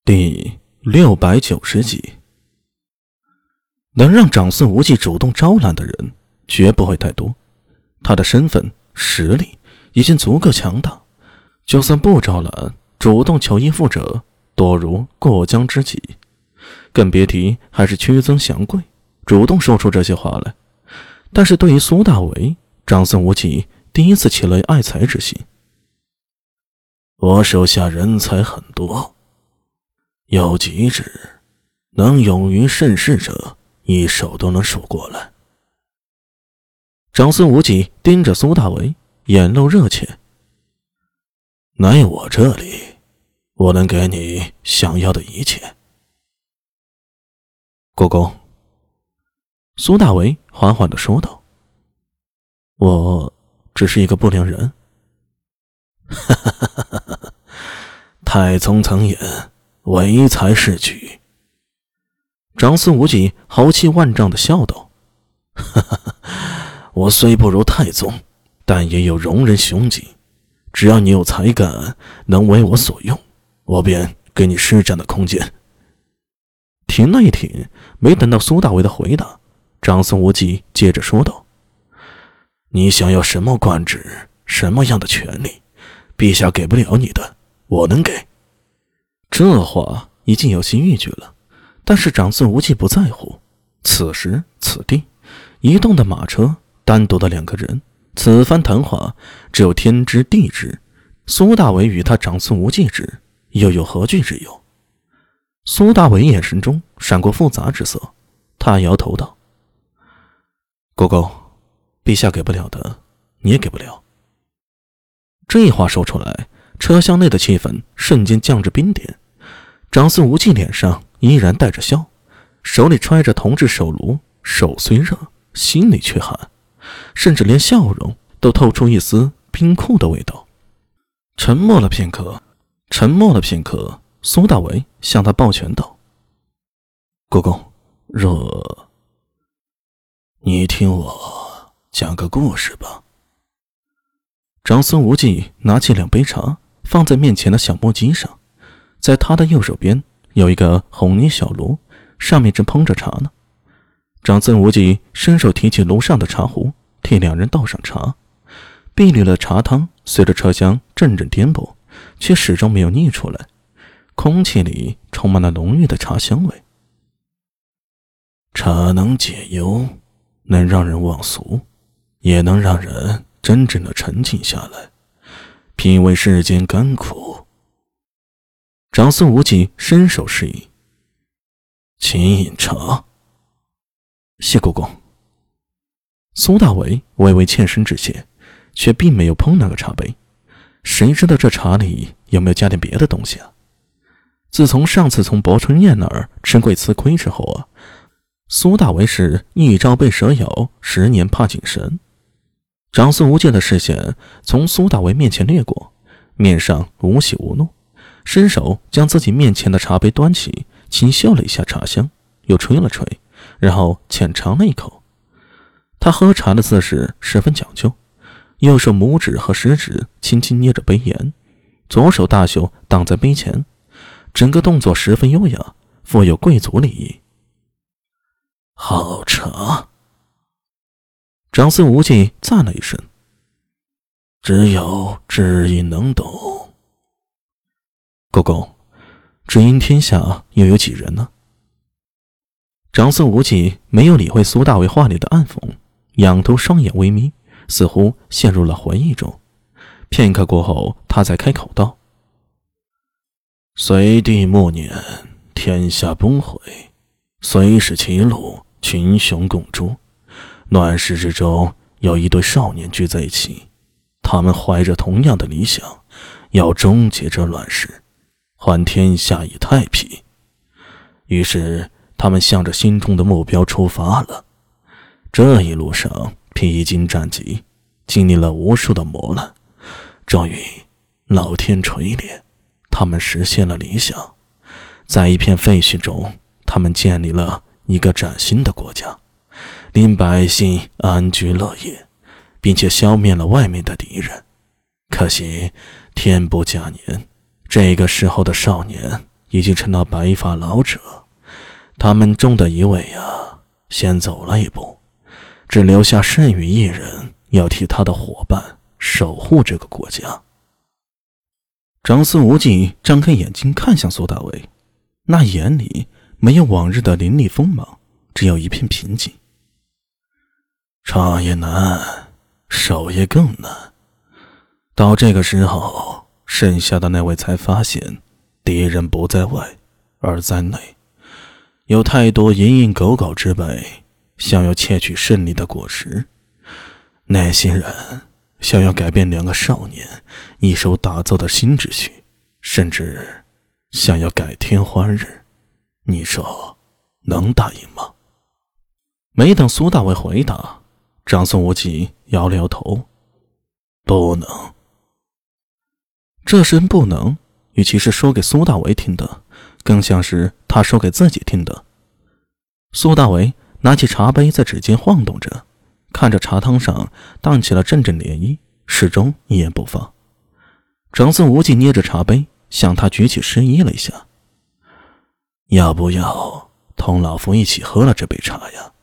第690集。能让长孙无忌主动招揽的人绝不会太多，他的身份实力已经足够强大，就算不招揽，主动求依附者多如过江之鲫，更别提还是屈尊降贵，主动说出这些话来。但是对于苏大为，长孙无忌第一次起了爱才之心。我手下人才很多，有几指能勇于慎事者，一手都能数过来。长孙无忌盯着苏大为，眼露热切。来我这里，我能给你想要的一切。国公，苏大为缓缓地说道，我只是一个不良人。哈哈哈哈哈！太宗曾言，唯才是举。长孙无忌豪气万丈地笑道：“哈哈哈，我虽不如太宗，但也有容人雄几。只要你有才干，能为我所用，我便给你施展的空间。”停了一停，没等到苏大为的回答，长孙无忌接着说道：“你想要什么官职，什么样的权利？陛下给不了你的，我能给。”这话已经有些逾矩了，但是长孙无忌不在乎。此时此地，移动的马车，单独的两个人，此番谈话只有天知地知，苏大为与他长孙无忌之又有何惧之有？苏大为眼神中闪过复杂之色，他摇头道：“国公，陛下给不了的，你也给不了。”这话说出来，车厢内的气氛瞬间降至冰点。长孙无忌脸上依然带着笑，手里揣着铜制手炉，手虽热，心里却寒，甚至连笑容都透出一丝冰酷的味道。沉默了片刻，苏大为向他抱拳道：“国公，若……你听我讲个故事吧。”长孙无忌拿起两杯茶，放在面前的小木屐上，在他的右手边有一个红泥小炉，上面正烹着茶呢。长孙无忌伸手提起炉上的茶壶，替两人倒上茶。碧绿的茶汤随着车厢阵阵颠簸，却始终没有溢出来，空气里充满了浓郁的茶香味。茶能解忧，能让人忘俗，也能让人真正的沉静下来，品味世间甘苦。长孙无忌伸手示意：“请饮茶。”谢国公。苏大为微微欠身致谢，却并没有碰那个茶杯。谁知道这茶里有没有加点别的东西啊？自从上次从薄春燕那儿吃过一次亏之后啊，苏大为是一朝被蛇咬，10年怕井绳。长孙无忌的视线从苏大为面前掠过，面上无喜无怒，伸手将自己面前的茶杯端起，轻嗅了一下茶香，又吹了吹，然后浅尝了一口。他喝茶的姿势十分讲究，右手拇指和食指轻轻捏着杯沿，左手大袖挡在杯前，整个动作十分优雅，富有贵族礼仪。好茶。长孙无忌赞了一声：“只有知音能懂。”国公，知音天下又有几人呢？长孙无忌没有理会苏大为话里的暗讽，仰头双眼微眯，似乎陷入了回忆中。片刻过后，他才开口道：“隋帝末年，天下崩毁，隋氏齐鲁，群雄共诛。乱世之中，有一对少年聚在一起，他们怀着同样的理想，要终结这乱世，还天下以太平。于是他们向着心中的目标出发了。这一路上披荆斩棘，经历了无数的磨难，终于老天垂怜，他们实现了理想。在一片废墟中，他们建立了一个崭新的国家，令百姓安居乐业，并且消灭了外面的敌人。可惜天不假年，这个时候的少年以及陈那白发老者，他们中的一位先走了一步，只留下慎宇一人要替他的伙伴守护这个国家。长孙无忌张开眼睛看向苏大为，那眼里没有往日的凌厉锋芒，只有一片平静。唱也难，守也更难。到这个时候，剩下的那位才发现，敌人不在外，而在内。有太多蝇营狗苟之辈想要窃取胜利的果实，那些人想要改变2个少年一手打造的新秩序，甚至想要改天换日。你说能答应吗？没等苏大为回答，长孙无忌摇了摇头，不能。这声不能与其是说给苏大为听的，更像是他说给自己听的。苏大为拿起茶杯在指尖晃动着，看着茶汤上荡起了阵阵涟漪，始终一言不发。长孙无忌捏着茶杯向他举起示意了一下，要不要同老夫一起喝了这杯茶呀？